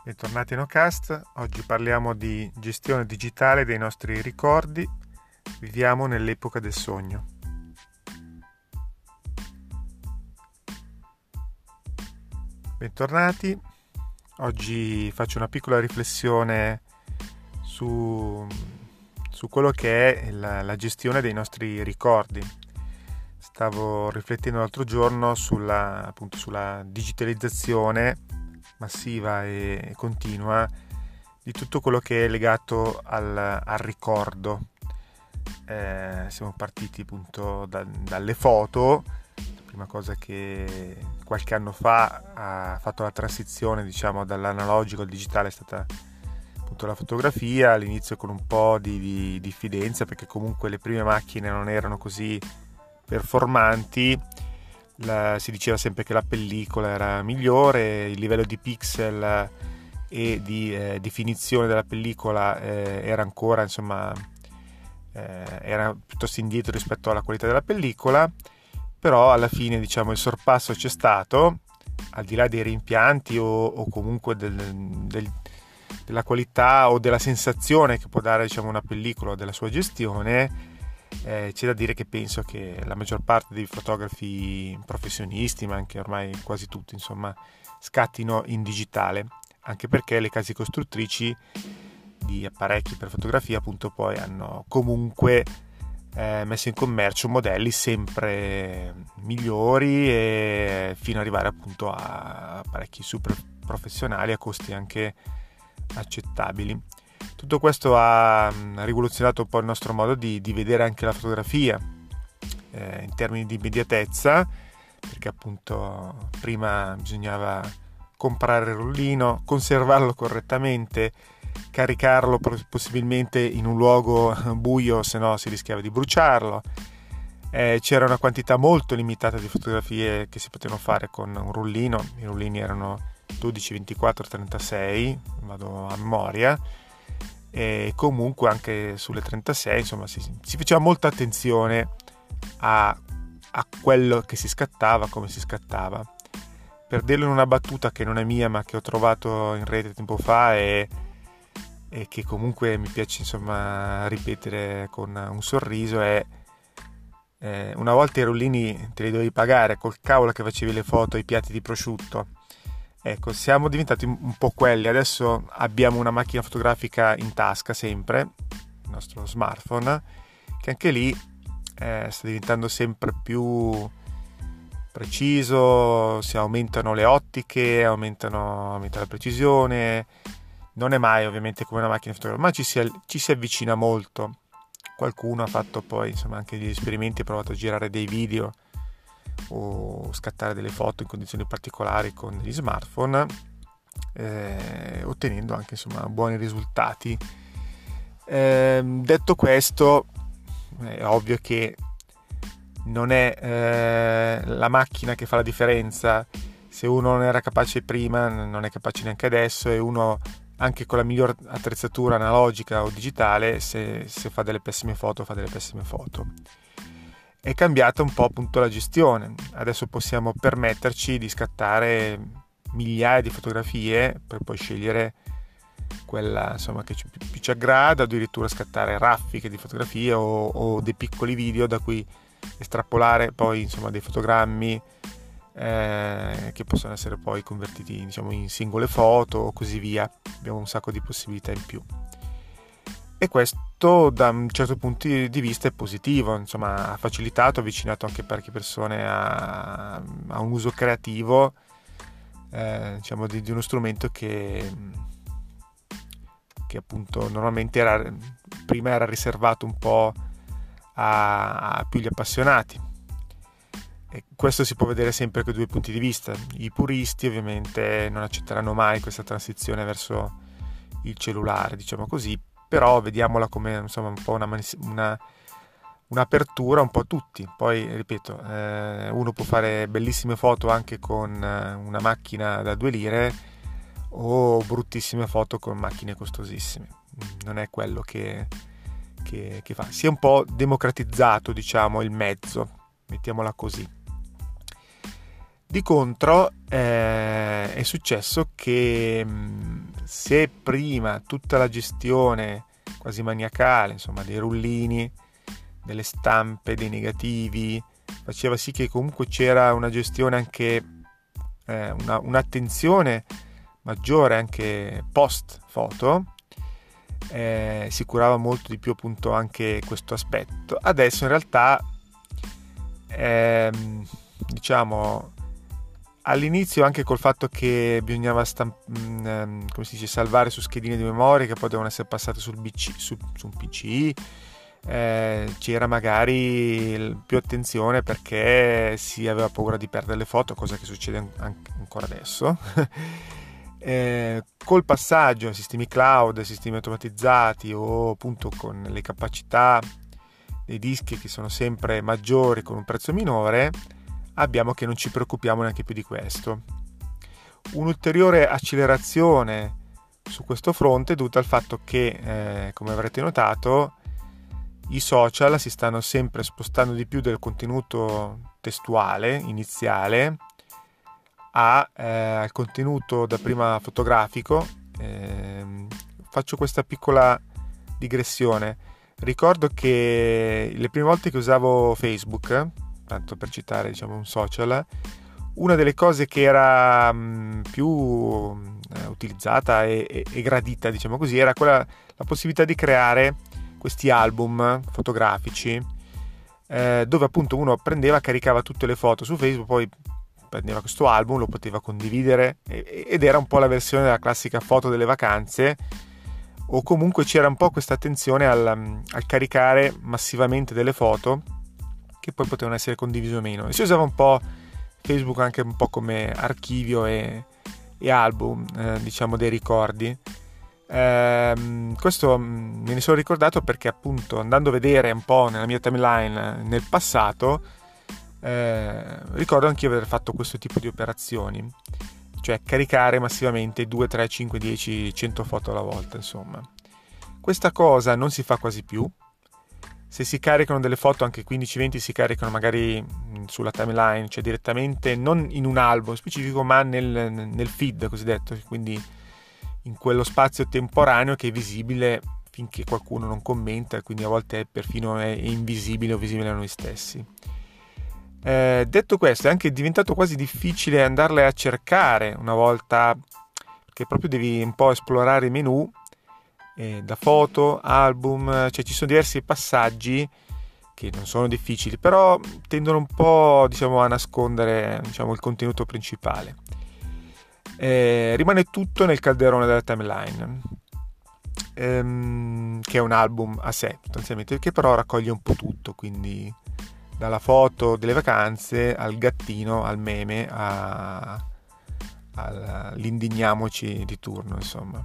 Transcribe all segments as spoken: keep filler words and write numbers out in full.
Bentornati in Ocast. Oggi parliamo di gestione digitale dei nostri ricordi. Viviamo nell'epoca del sogno. Bentornati. Oggi faccio una piccola riflessione su, su quello che è la, la gestione dei nostri ricordi. Stavo riflettendo l'altro giorno sulla, appunto, sulla digitalizzazione massiva e continua di tutto quello che è legato al, al ricordo. Eh, siamo partiti appunto da, dalle foto. La prima cosa che qualche anno fa ha fatto la transizione, diciamo, dall'analogico al digitale è stata appunto la fotografia, all'inizio con un po' di, di diffidenza, perché comunque le prime macchine non erano così performanti. La, si diceva sempre che la pellicola era migliore, il livello di pixel e di eh, definizione della pellicola eh, era ancora, insomma, eh, era piuttosto indietro rispetto alla qualità della pellicola, però alla fine, diciamo, il sorpasso c'è stato, al di là dei rimpianti o, o comunque del, del, della qualità o della sensazione che può dare, diciamo, una pellicola o della sua gestione. Eh, c'è da dire che penso che la maggior parte dei fotografi professionisti, ma anche ormai quasi tutti, insomma, scattino in digitale, anche perché le case costruttrici di apparecchi per fotografia appunto poi hanno comunque eh, messo in commercio modelli sempre migliori e fino ad arrivare appunto a apparecchi super professionali a costi anche accettabili. Tutto questo ha rivoluzionato un po' il nostro modo di, di vedere anche la fotografia eh, in termini di immediatezza, perché appunto prima bisognava comprare il rullino, conservarlo correttamente, caricarlo possibilmente in un luogo buio, se no si rischiava di bruciarlo. Eh, c'era una quantità molto limitata di fotografie che si potevano fare con un rullino. I rullini erano dodici, ventiquattro, trentasei, vado a memoria. E comunque anche sulle trentasei, insomma, si, si faceva molta attenzione a, a quello che si scattava, come si scattava. Per dirlo in una battuta che non è mia ma che ho trovato in rete tempo fa e, e che comunque mi piace, insomma, ripetere con un sorriso, è eh, una volta i rullini te li dovevi pagare col cavolo che facevi le foto ai piatti di prosciutto. Ecco, siamo diventati un po' quelli. Adesso abbiamo una macchina fotografica in tasca sempre, il nostro smartphone, che anche lì eh, sta diventando sempre più preciso, si aumentano le ottiche, aumentano, aumenta la precisione. Non è mai ovviamente come una macchina fotografica, ma ci si, ci si avvicina molto. Qualcuno ha fatto poi, insomma, anche degli esperimenti, ha provato a girare dei video o scattare delle foto in condizioni particolari con gli smartphone, eh, ottenendo anche, insomma, buoni risultati. Eh, detto questo, è ovvio che non è eh, la macchina che fa la differenza. Se uno non era capace prima, non è capace neanche adesso, e uno anche con la miglior attrezzatura analogica o digitale, se, se fa delle pessime foto, fa delle pessime foto. È cambiata un po' appunto la gestione. Adesso possiamo permetterci di scattare migliaia di fotografie per poi scegliere quella, insomma, che più ci aggrada, addirittura scattare raffiche di fotografie o, o dei piccoli video da cui estrapolare poi, insomma, dei fotogrammi eh, che possono essere poi convertiti, diciamo, in singole foto o così via. Abbiamo un sacco di possibilità in più. E questo da un certo punto di vista è positivo, insomma, ha facilitato, ha avvicinato anche parecchie persone a, a un uso creativo, eh, diciamo, di, di uno strumento che, che appunto normalmente era, prima era riservato un po' a, a più gli appassionati. E questo si può vedere sempre con due punti di vista. I puristi ovviamente non accetteranno mai questa transizione verso il cellulare, diciamo così, però vediamola come, insomma, un po' una, una, un'apertura un po' a tutti. Poi ripeto, eh, uno può fare bellissime foto anche con una macchina da due lire o bruttissime foto con macchine costosissime. Non è quello che, che, che fa. Si è un po' democratizzato, diciamo, il mezzo, mettiamola così. Di contro eh, è successo che mh, se prima tutta la gestione quasi maniacale, insomma, dei rullini, delle stampe, dei negativi, faceva sì che comunque c'era una gestione anche, eh, una, un'attenzione maggiore anche post foto, eh, si curava molto di più appunto anche questo aspetto. Adesso in realtà ehm, diciamo all'inizio, anche col fatto che bisognava stamp- come si dice, salvare su schedine di memoria che poi devono essere passate sul B C, su, su un P C, eh, c'era magari più attenzione perché si aveva paura di perdere le foto, cosa che succede anche ancora adesso. eh, col passaggio a sistemi cloud, sistemi automatizzati o appunto con le capacità dei dischi che sono sempre maggiori con un prezzo minore, abbiamo che non ci preoccupiamo neanche più di questo. Un'ulteriore accelerazione su questo fronte è dovuta al fatto che, eh, come avrete notato, i social si stanno sempre spostando di più del contenuto testuale iniziale a, eh, al contenuto da prima fotografico. Eh, faccio questa piccola digressione. Ricordo che le prime volte che usavo Facebook, tanto per citare diciamo un social, una delle cose che era mh, più eh, utilizzata e, e, e gradita, diciamo così, era quella, la possibilità di creare questi album fotografici, eh, dove appunto uno prendeva, caricava tutte le foto su Facebook, poi prendeva questo album, lo poteva condividere, e, ed era un po' la versione della classica foto delle vacanze, o comunque c'era un po' questa attenzione al, al caricare massivamente delle foto che poi potevano essere condivise o meno, e si usava un po' Facebook anche un po' come archivio e, e album, eh, diciamo, dei ricordi. Eh, questo me ne sono ricordato perché appunto andando a vedere un po' nella mia timeline nel passato, eh, ricordo anche di aver fatto questo tipo di operazioni, cioè caricare massivamente due, tre, cinque, dieci, cento foto alla volta, insomma. Questa cosa non si fa quasi più. Se si caricano delle foto, anche quindici venti, si caricano magari sulla timeline, cioè direttamente non in un album specifico ma nel, nel feed cosiddetto, quindi in quello spazio temporaneo che è visibile finché qualcuno non commenta, quindi a volte perfino è invisibile o visibile a noi stessi. Eh, detto questo, è anche diventato quasi difficile andarle a cercare una volta, perché proprio devi un po' esplorare i menu, eh, da foto, album, cioè ci sono diversi passaggi che non sono difficili, però tendono un po', diciamo, a nascondere, diciamo, il contenuto principale. Eh, rimane tutto nel calderone della timeline, ehm, che è un album a sé sostanzialmente, che però raccoglie un po' tutto, quindi dalla foto delle vacanze al gattino, al meme, a, all'indigniamoci di turno, insomma.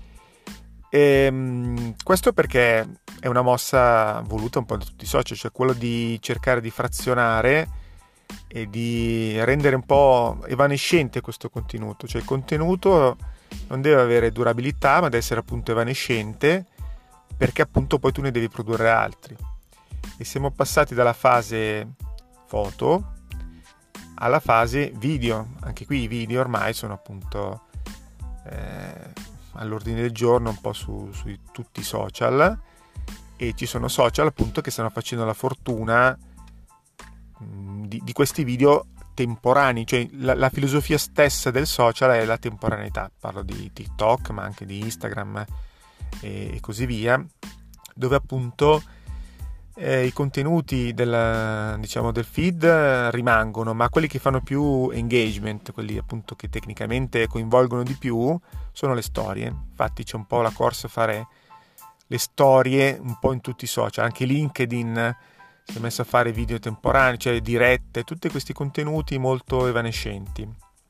E, questo perché è una mossa voluta un po' da tutti i social, cioè quello di cercare di frazionare e di rendere un po' evanescente questo contenuto, cioè il contenuto non deve avere durabilità ma deve essere appunto evanescente, perché appunto poi tu ne devi produrre altri. E siamo passati dalla fase foto alla fase video. Anche qui i video ormai sono appunto eh, all'ordine del giorno un po' su, su tutti i social, e ci sono social appunto che stanno facendo la fortuna mh, di, di questi video temporanei, cioè la, la filosofia stessa del social è la temporaneità. Parlo di TikTok ma anche di Instagram e, e così via, dove appunto Eh, i contenuti del, diciamo, del feed rimangono, ma quelli che fanno più engagement, quelli appunto che tecnicamente coinvolgono di più, sono le storie. Infatti c'è un po' la corsa a fare le storie un po' in tutti i social, anche LinkedIn si è messo a fare video temporanei, cioè dirette, tutti questi contenuti molto evanescenti.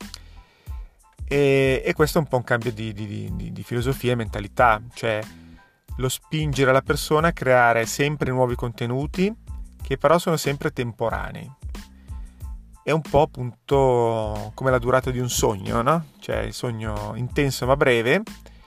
E, e questo è un po' un cambio di, di, di, di filosofia e mentalità, cioè lo spingere la persona a creare sempre nuovi contenuti che però sono sempre temporanei. È un po' appunto come la durata di un sogno, no? Cioè il sogno intenso ma breve,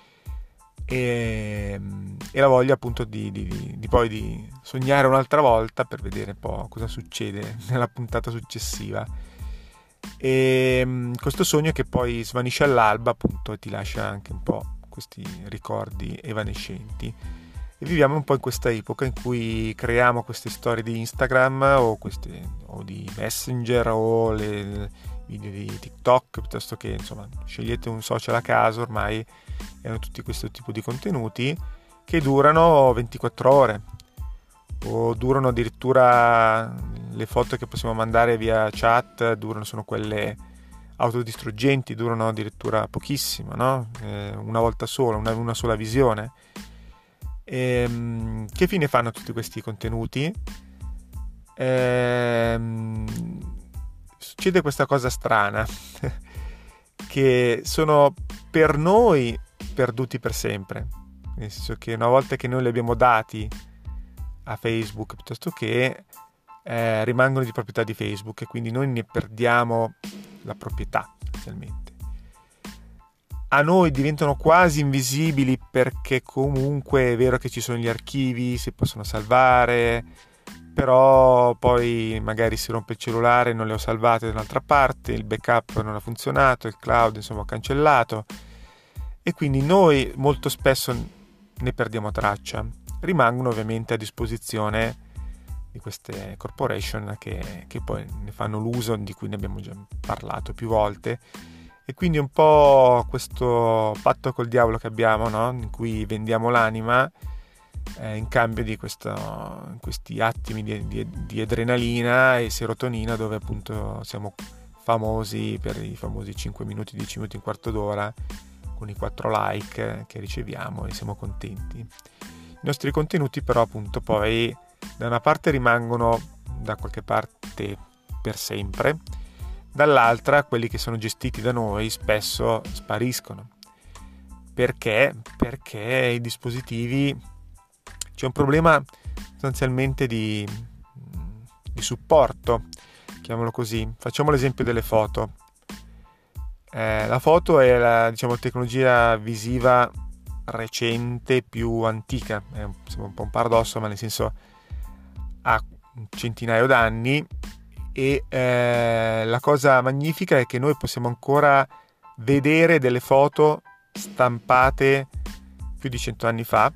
e, e la voglia appunto di, di, di poi di sognare un'altra volta per vedere un po' cosa succede nella puntata successiva. E questo sogno che poi svanisce all'alba appunto e ti lascia anche un po' questi ricordi evanescenti. E viviamo un po' in questa epoca in cui creiamo queste storie di Instagram o, queste, o di Messenger o le video di TikTok, piuttosto che, insomma, scegliete un social a caso, ormai hanno tutti questo tipo di contenuti che durano ventiquattro ore o durano addirittura, le foto che possiamo mandare via chat durano, sono quelle autodistruggenti, durano addirittura pochissimo, no? Eh, una volta sola, una, una sola visione. E, che fine fanno tutti questi contenuti? E, succede questa cosa strana che sono per noi perduti per sempre, nel senso che una volta che noi li abbiamo dati a Facebook, piuttosto che eh, rimangono di proprietà di Facebook, e quindi noi ne perdiamo la proprietà essenzialmente. A noi diventano quasi invisibili perché comunque è vero che ci sono gli archivi, si possono salvare, però poi magari si rompe il cellulare, non le ho salvate da un'altra parte, il backup non ha funzionato, il cloud insomma ho cancellato, e quindi noi molto spesso ne perdiamo traccia. Rimangono ovviamente a disposizione di queste corporation che, che poi ne fanno l'uso, di cui ne abbiamo già parlato più volte. E quindi un po' questo patto col diavolo che abbiamo, no? In cui vendiamo l'anima eh, in cambio di questo, questi attimi di, di, di adrenalina e serotonina, dove appunto siamo famosi per i famosi cinque minuti, dieci minuti, un quarto d'ora, con i quattro like che riceviamo e siamo contenti. I nostri contenuti però appunto poi da una parte rimangono da qualche parte per sempre, dall'altra quelli che sono gestiti da noi spesso spariscono. Perché? Perché i dispositivi, c'è un problema sostanzialmente di, di supporto, chiamiamolo così. Facciamo l'esempio delle foto. Eh, la foto è la, diciamo, tecnologia visiva recente più antica, è un, sembra un po' un paradosso, ma nel senso ha un centinaio d'anni. E eh, la cosa magnifica è che noi possiamo ancora vedere delle foto stampate più di cento anni fa,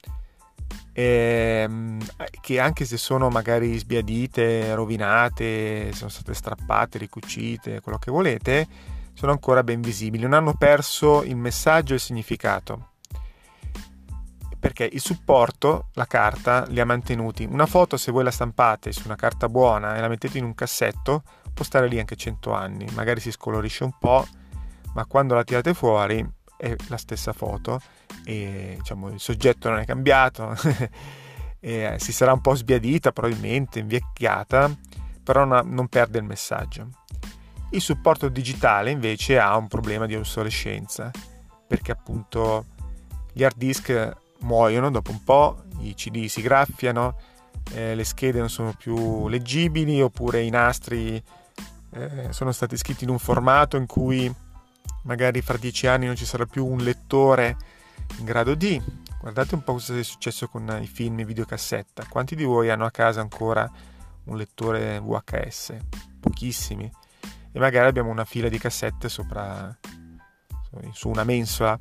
ehm, che anche se sono magari sbiadite, rovinate, sono state strappate, ricucite, quello che volete, sono ancora ben visibili, non hanno perso il messaggio e il significato, perché il supporto, la carta, li ha mantenuti. Una foto, se voi la stampate su una carta buona e la mettete in un cassetto, può stare lì anche cento anni, magari si scolorisce un po', ma quando la tirate fuori è la stessa foto e, diciamo, il soggetto non è cambiato e si sarà un po' sbiadita, probabilmente invecchiata, però non, non perde il messaggio. Il supporto digitale invece ha un problema di obsolescenza, perché appunto gli hard disk muoiono dopo un po', i C D si graffiano, eh, le schede non sono più leggibili, oppure i nastri eh, sono stati scritti in un formato in cui magari fra dieci anni non ci sarà più un lettore in grado di... Guardate un po' cosa è successo con i film e videocassetta. Quanti di voi hanno a casa ancora un lettore V H S? Pochissimi. E magari abbiamo una fila di cassette sopra, su una mensola.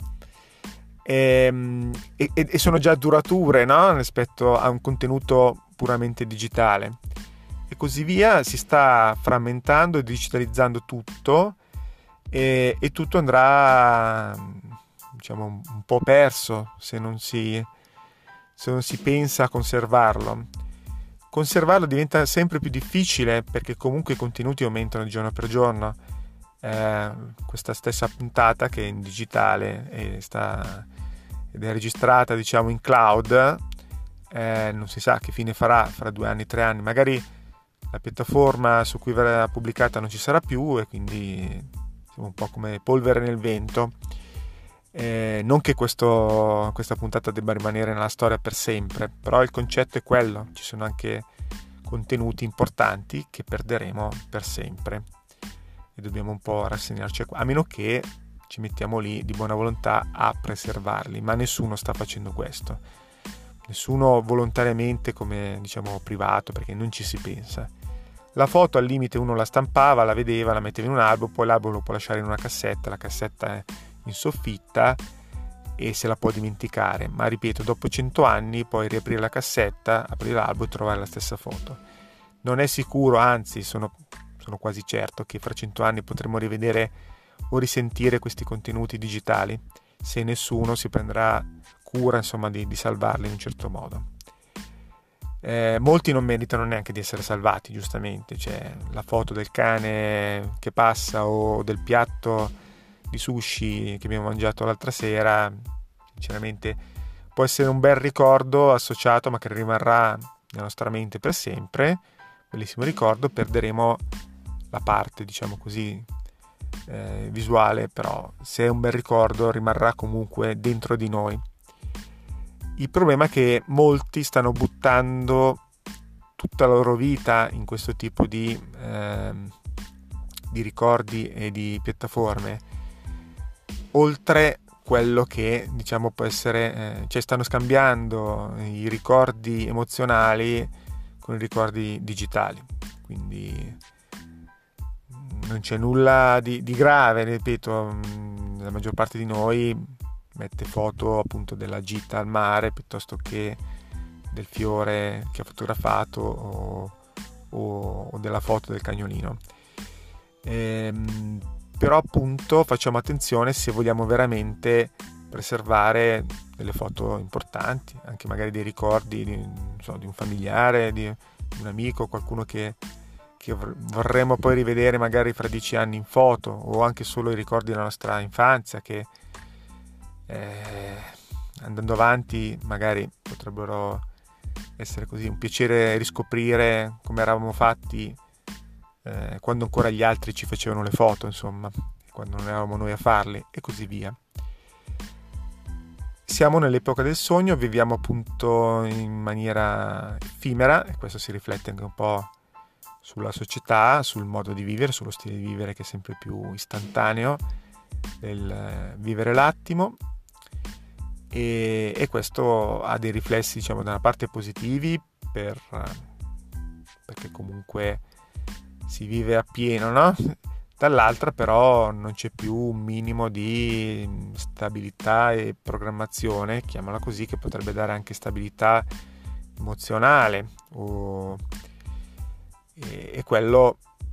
E, e, e sono già durature, no? Rispetto a un contenuto puramente digitale, e così via. Si sta frammentando e digitalizzando tutto, e, e tutto andrà, diciamo, un po' perso se non si se non si pensa a conservarlo. Conservarlo diventa sempre più difficile, perché comunque i contenuti aumentano di giorno per giorno. Eh, questa stessa puntata, che è in digitale e sta ed è registrata, diciamo, in cloud, eh, non si sa che fine farà fra due anni, tre anni, magari la piattaforma su cui verrà pubblicata non ci sarà più, e quindi siamo un po' come polvere nel vento. Eh, non che questo, questa puntata debba rimanere nella storia per sempre, però il concetto è quello: ci sono anche contenuti importanti che perderemo per sempre e dobbiamo un po' rassegnarci, a meno che ci mettiamo lì di buona volontà a preservarli, ma nessuno sta facendo questo, nessuno volontariamente, come diciamo privato, perché non ci si pensa. La foto al limite uno la stampava, la vedeva, la metteva in un album, poi l'album lo può lasciare in una cassetta, la cassetta è in soffitta e se la può dimenticare, ma ripeto, dopo cento anni puoi riaprire la cassetta, aprire l'album e trovare la stessa foto. Non è sicuro, anzi sono, sono quasi certo che fra cento anni potremo rivedere o risentire questi contenuti digitali se nessuno si prenderà cura, insomma, di, di salvarli in un certo modo. Eh, molti non meritano neanche di essere salvati, giustamente, cioè la foto del cane che passa o del piatto di sushi che abbiamo mangiato l'altra sera, sinceramente può essere un bel ricordo associato, ma che rimarrà nella nostra mente per sempre, bellissimo ricordo. Perderemo la parte, diciamo così, eh, visuale, però se è un bel ricordo rimarrà comunque dentro di noi. Il problema è che molti stanno buttando tutta la loro vita in questo tipo di, eh, di ricordi e di piattaforme, oltre quello che, diciamo, può essere, eh, cioè stanno scambiando i ricordi emozionali con i ricordi digitali, quindi non c'è nulla di, di grave, ripeto, la maggior parte di noi mette foto appunto della gita al mare piuttosto che del fiore che ha fotografato o, o, o della foto del cagnolino. Ehm, però appunto facciamo attenzione se vogliamo veramente preservare delle foto importanti, anche magari dei ricordi di, non so, di un familiare, di un amico, qualcuno che, che vorremmo poi rivedere magari fra dieci anni in foto, o anche solo i ricordi della nostra infanzia che eh, andando avanti magari potrebbero essere così un piacere riscoprire come eravamo fatti eh, quando ancora gli altri ci facevano le foto, insomma, quando non eravamo noi a farle, e così via. Siamo nell'epoca del sogno, viviamo appunto in maniera effimera, e questo si riflette anche un po' sulla società, sul modo di vivere, sullo stile di vivere che è sempre più istantaneo, del vivere l'attimo, e, e questo ha dei riflessi, diciamo, da una parte positivi per, perché comunque si vive appieno, no? Dall'altra però non c'è più un minimo di stabilità e programmazione, chiamala così, che potrebbe dare anche stabilità emozionale, o, e, e quello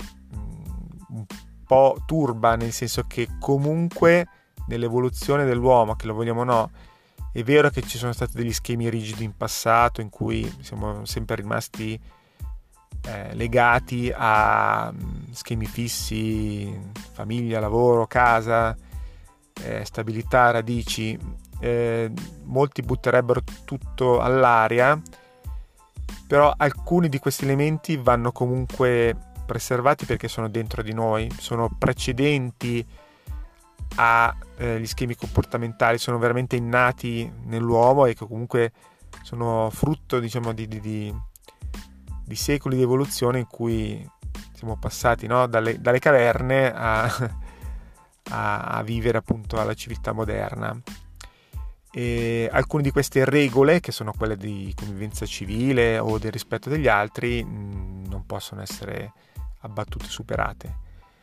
un po' turba, nel senso che comunque nell'evoluzione dell'uomo, che lo vogliamo o no, è vero che ci sono stati degli schemi rigidi in passato in cui siamo sempre rimasti eh, legati a schemi fissi, famiglia, lavoro, casa, eh, stabilità, radici. Eh, molti butterebbero tutto all'aria, però alcuni di questi elementi vanno comunque preservati perché sono dentro di noi, sono precedenti agli eh, schemi comportamentali, sono veramente innati nell'uomo e che comunque sono frutto, diciamo, di, di, di, di secoli di evoluzione in cui siamo passati, no? dalle, dalle caverne a, a, a vivere appunto alla civiltà moderna. E alcune di queste regole, che sono quelle di convivenza civile o del rispetto degli altri, mh, non possono essere abbattute, superate.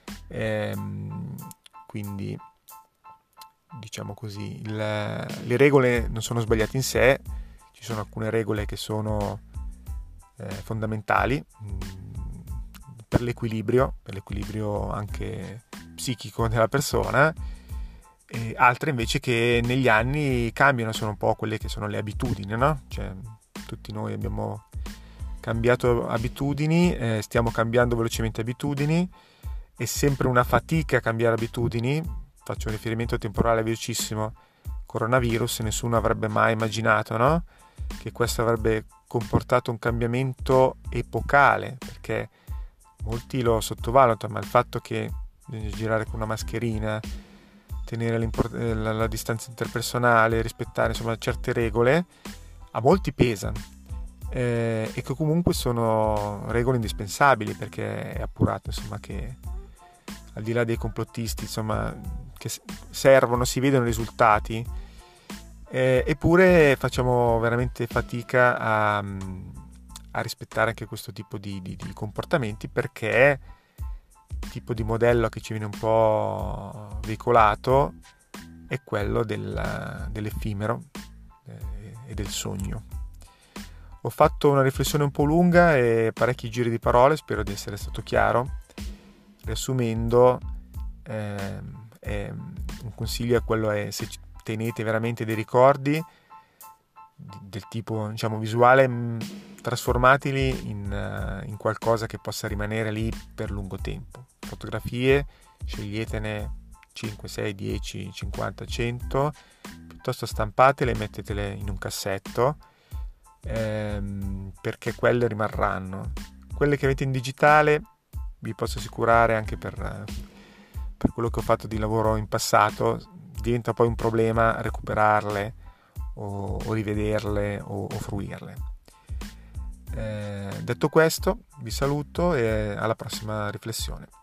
Ehm, quindi diciamo così, il, le regole non sono sbagliate in sé, ci sono alcune regole che sono eh, fondamentali mh, per l'equilibrio, per l'equilibrio anche psichico della persona, e altre invece che negli anni cambiano, sono un po' quelle che sono le abitudini, no? Cioè, tutti noi abbiamo cambiato abitudini, eh, stiamo cambiando velocemente abitudini, è sempre una fatica a cambiare abitudini. Faccio un riferimento temporale velocissimo: coronavirus, nessuno avrebbe mai immaginato, no? Che questo avrebbe comportato un cambiamento epocale, perché molti lo sottovalutano, ma il fatto che bisogna girare con una mascherina, tenere la, la distanza interpersonale, rispettare insomma certe regole, a molti pesa, eh, e che comunque sono regole indispensabili, perché è appurato insomma che al di là dei complottisti insomma che servono, si vedono i risultati, eh, eppure facciamo veramente fatica a, a rispettare anche questo tipo di, di, di comportamenti, perché il tipo di modello che ci viene un po' veicolato è quello del, dell'effimero eh, e del sogno. Ho fatto una riflessione un po' lunga e parecchi giri di parole, spero di essere stato chiaro. Riassumendo, eh, è, un consiglio è quello è, se tenete veramente dei ricordi del tipo, diciamo, visuale, mh, trasformateli in, uh, in qualcosa che possa rimanere lì per lungo tempo. Fotografie, sceglietene cinque, sei, dieci, cinquanta, cento, piuttosto stampatele e mettetele in un cassetto, ehm, perché quelle rimarranno. Quelle che avete in digitale, vi posso assicurare, anche per, per quello che ho fatto di lavoro in passato, diventa poi un problema recuperarle o, o rivederle o, o fruirle. Eh, detto questo, vi saluto e alla prossima riflessione.